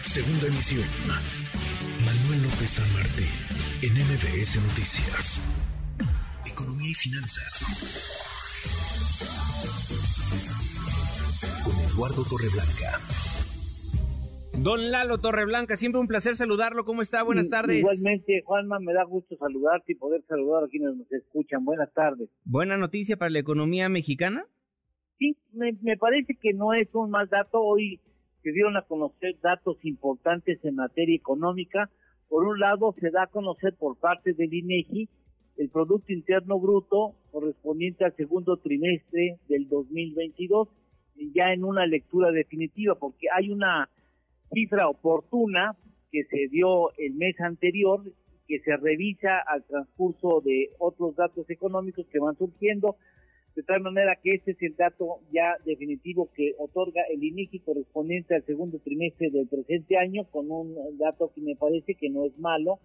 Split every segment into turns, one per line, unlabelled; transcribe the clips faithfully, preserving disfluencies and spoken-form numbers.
Segunda emisión. Manuel López San Martín, en M B S Noticias. Economía y finanzas. Con Eduardo Torreblanca.
Don Lalo Torreblanca, siempre un placer saludarlo. ¿Cómo está? Buenas tardes.
Igualmente, Juanma, me da gusto saludarte y poder saludar a quienes nos escuchan. Buenas tardes.
¿Buena noticia para la economía mexicana?
Sí, me, me parece que no es un mal dato. Hoy se dieron a conocer datos importantes en materia económica. Por un lado, se da a conocer por parte del INEGI el Producto Interno Bruto correspondiente al segundo trimestre del dos mil veintidós, ya en una lectura definitiva, porque hay una cifra oportuna que se dio el mes anterior, que se revisa al transcurso de otros datos económicos que van surgiendo, de tal manera que este es el dato ya definitivo que otorga el INEGI correspondiente al segundo trimestre del presente año, con un dato que me parece que no es malo,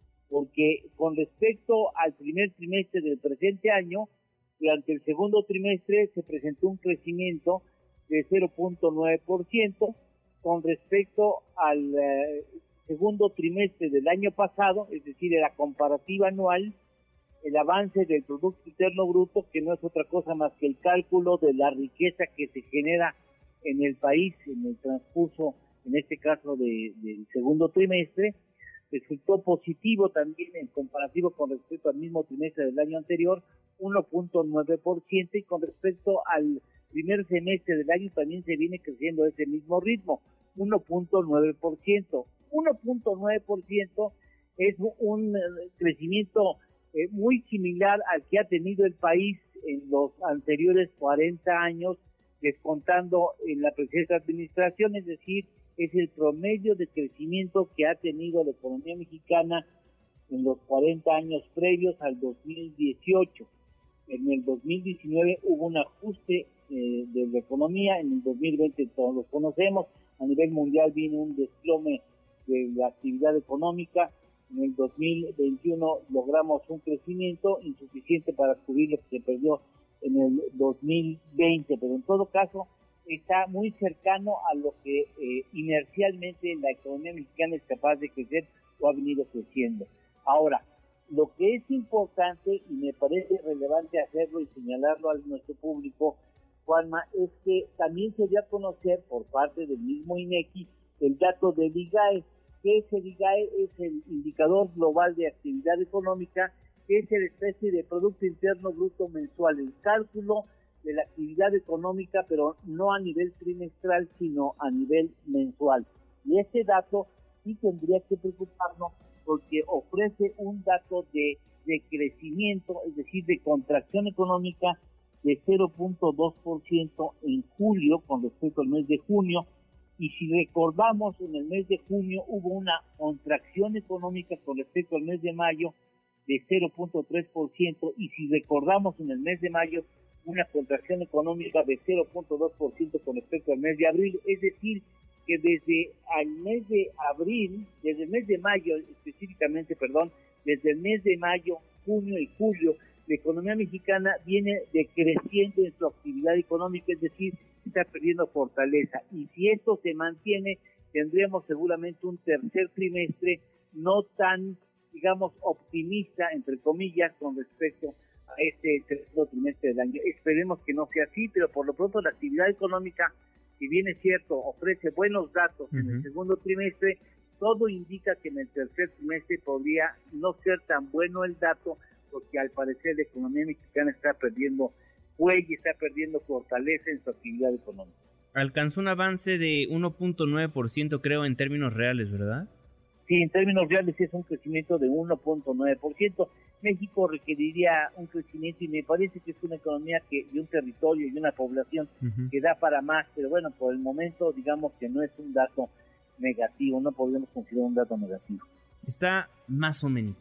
porque con respecto al primer trimestre del presente año, durante el segundo trimestre se presentó un crecimiento de cero punto nueve por ciento, con respecto al eh, segundo trimestre del año pasado, es decir, en la comparativa anual, el avance del Producto Interno Bruto, que no es otra cosa más que el cálculo de la riqueza que se genera en el país en el transcurso, en este caso, de, del segundo trimestre, resultó positivo también en comparativo con respecto al mismo trimestre del año anterior, uno punto nueve por ciento, y con respecto al primer semestre del año también se viene creciendo a ese mismo ritmo, uno punto nueve por ciento. uno punto nueve por ciento es un crecimiento eh, muy similar al que ha tenido el país en los anteriores cuarenta años, descontando en la presente administración, es decir, es el promedio de crecimiento que ha tenido la economía mexicana en los cuarenta años previos al dos mil dieciocho. En el dos mil diecinueve hubo un ajuste eh, de la economía, en el dos mil veinte todos lo conocemos, a nivel mundial vino un desplome de la actividad económica, en el dos mil veintiuno logramos un crecimiento insuficiente para cubrir lo que se perdió en el dos mil veinte, pero en todo caso está muy cercano a lo que eh, inercialmente la economía mexicana es capaz de crecer o ha venido creciendo. Ahora, lo que es importante, y me parece relevante hacerlo y señalarlo a nuestro público, Juanma, es que también se dio a conocer por parte del mismo INEGI el dato del IGAE, que ese IGAE es el Indicador Global de Actividad Económica, que es el especie de Producto Interno Bruto mensual, el cálculo de la actividad económica, pero no a nivel trimestral, sino a nivel mensual. Y este dato sí tendría que preocuparnos porque ofrece un dato de, de crecimiento, es decir, de contracción económica de cero punto dos por ciento en julio con respecto al mes de junio, y si recordamos, en el mes de junio hubo una contracción económica con respecto al mes de mayo de cero punto tres por ciento, y si recordamos en el mes de mayo una contracción económica de cero punto dos por ciento con respecto al mes de abril, es decir, que desde el mes de abril, desde el mes de mayo específicamente, perdón, desde el mes de mayo, junio y julio, la economía mexicana viene decreciendo en su actividad económica, es decir, está perdiendo fortaleza. Y si esto se mantiene, tendríamos seguramente un tercer trimestre no tan, digamos, optimista, entre comillas, con respecto a este segundo trimestre del año. Esperemos que no sea así, pero por lo pronto la actividad económica, si bien es cierto, ofrece buenos datos uh-huh. en el segundo trimestre, todo indica que en el tercer trimestre podría no ser tan bueno el dato, porque al parecer la economía mexicana está perdiendo fuelle, está perdiendo fortaleza en su actividad económica.
Alcanzó un avance de uno punto nueve por ciento, creo, en términos reales, ¿verdad?
Sí, en términos reales es un crecimiento de uno punto nueve por ciento. México requeriría un crecimiento y me parece que es una economía que y un territorio y una población uh-huh. que da para más, pero bueno, por el momento digamos que no es un dato negativo, no podemos considerar un dato negativo.
Está más o menos.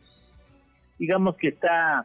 Digamos que está,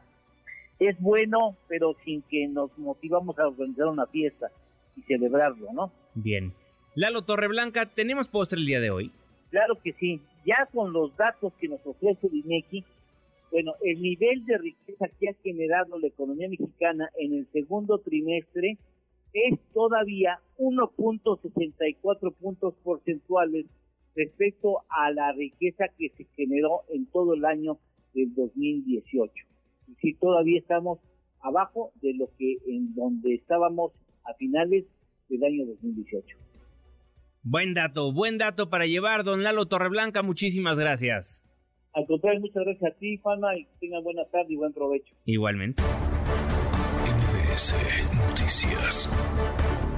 es bueno, pero sin que nos motivamos a organizar una fiesta y celebrarlo, ¿no?
Bien. Lalo Torreblanca, ¿tenemos postre el día de hoy?
Claro que sí. Ya con los datos que nos ofrece el INEGI, bueno, el nivel de riqueza que ha generado la economía mexicana en el segundo trimestre es todavía uno punto sesenta y cuatro puntos porcentuales respecto a la riqueza que se generó en todo el año del dos mil dieciocho. Y sí, todavía estamos abajo de lo que en donde estábamos a finales del año dos mil dieciocho.
Buen dato, buen dato para llevar, don Lalo Torreblanca, muchísimas gracias.
Al contrario, muchas gracias a ti, Juanma, y que tengan buena tarde y buen provecho.
Igualmente.
M B S Noticias.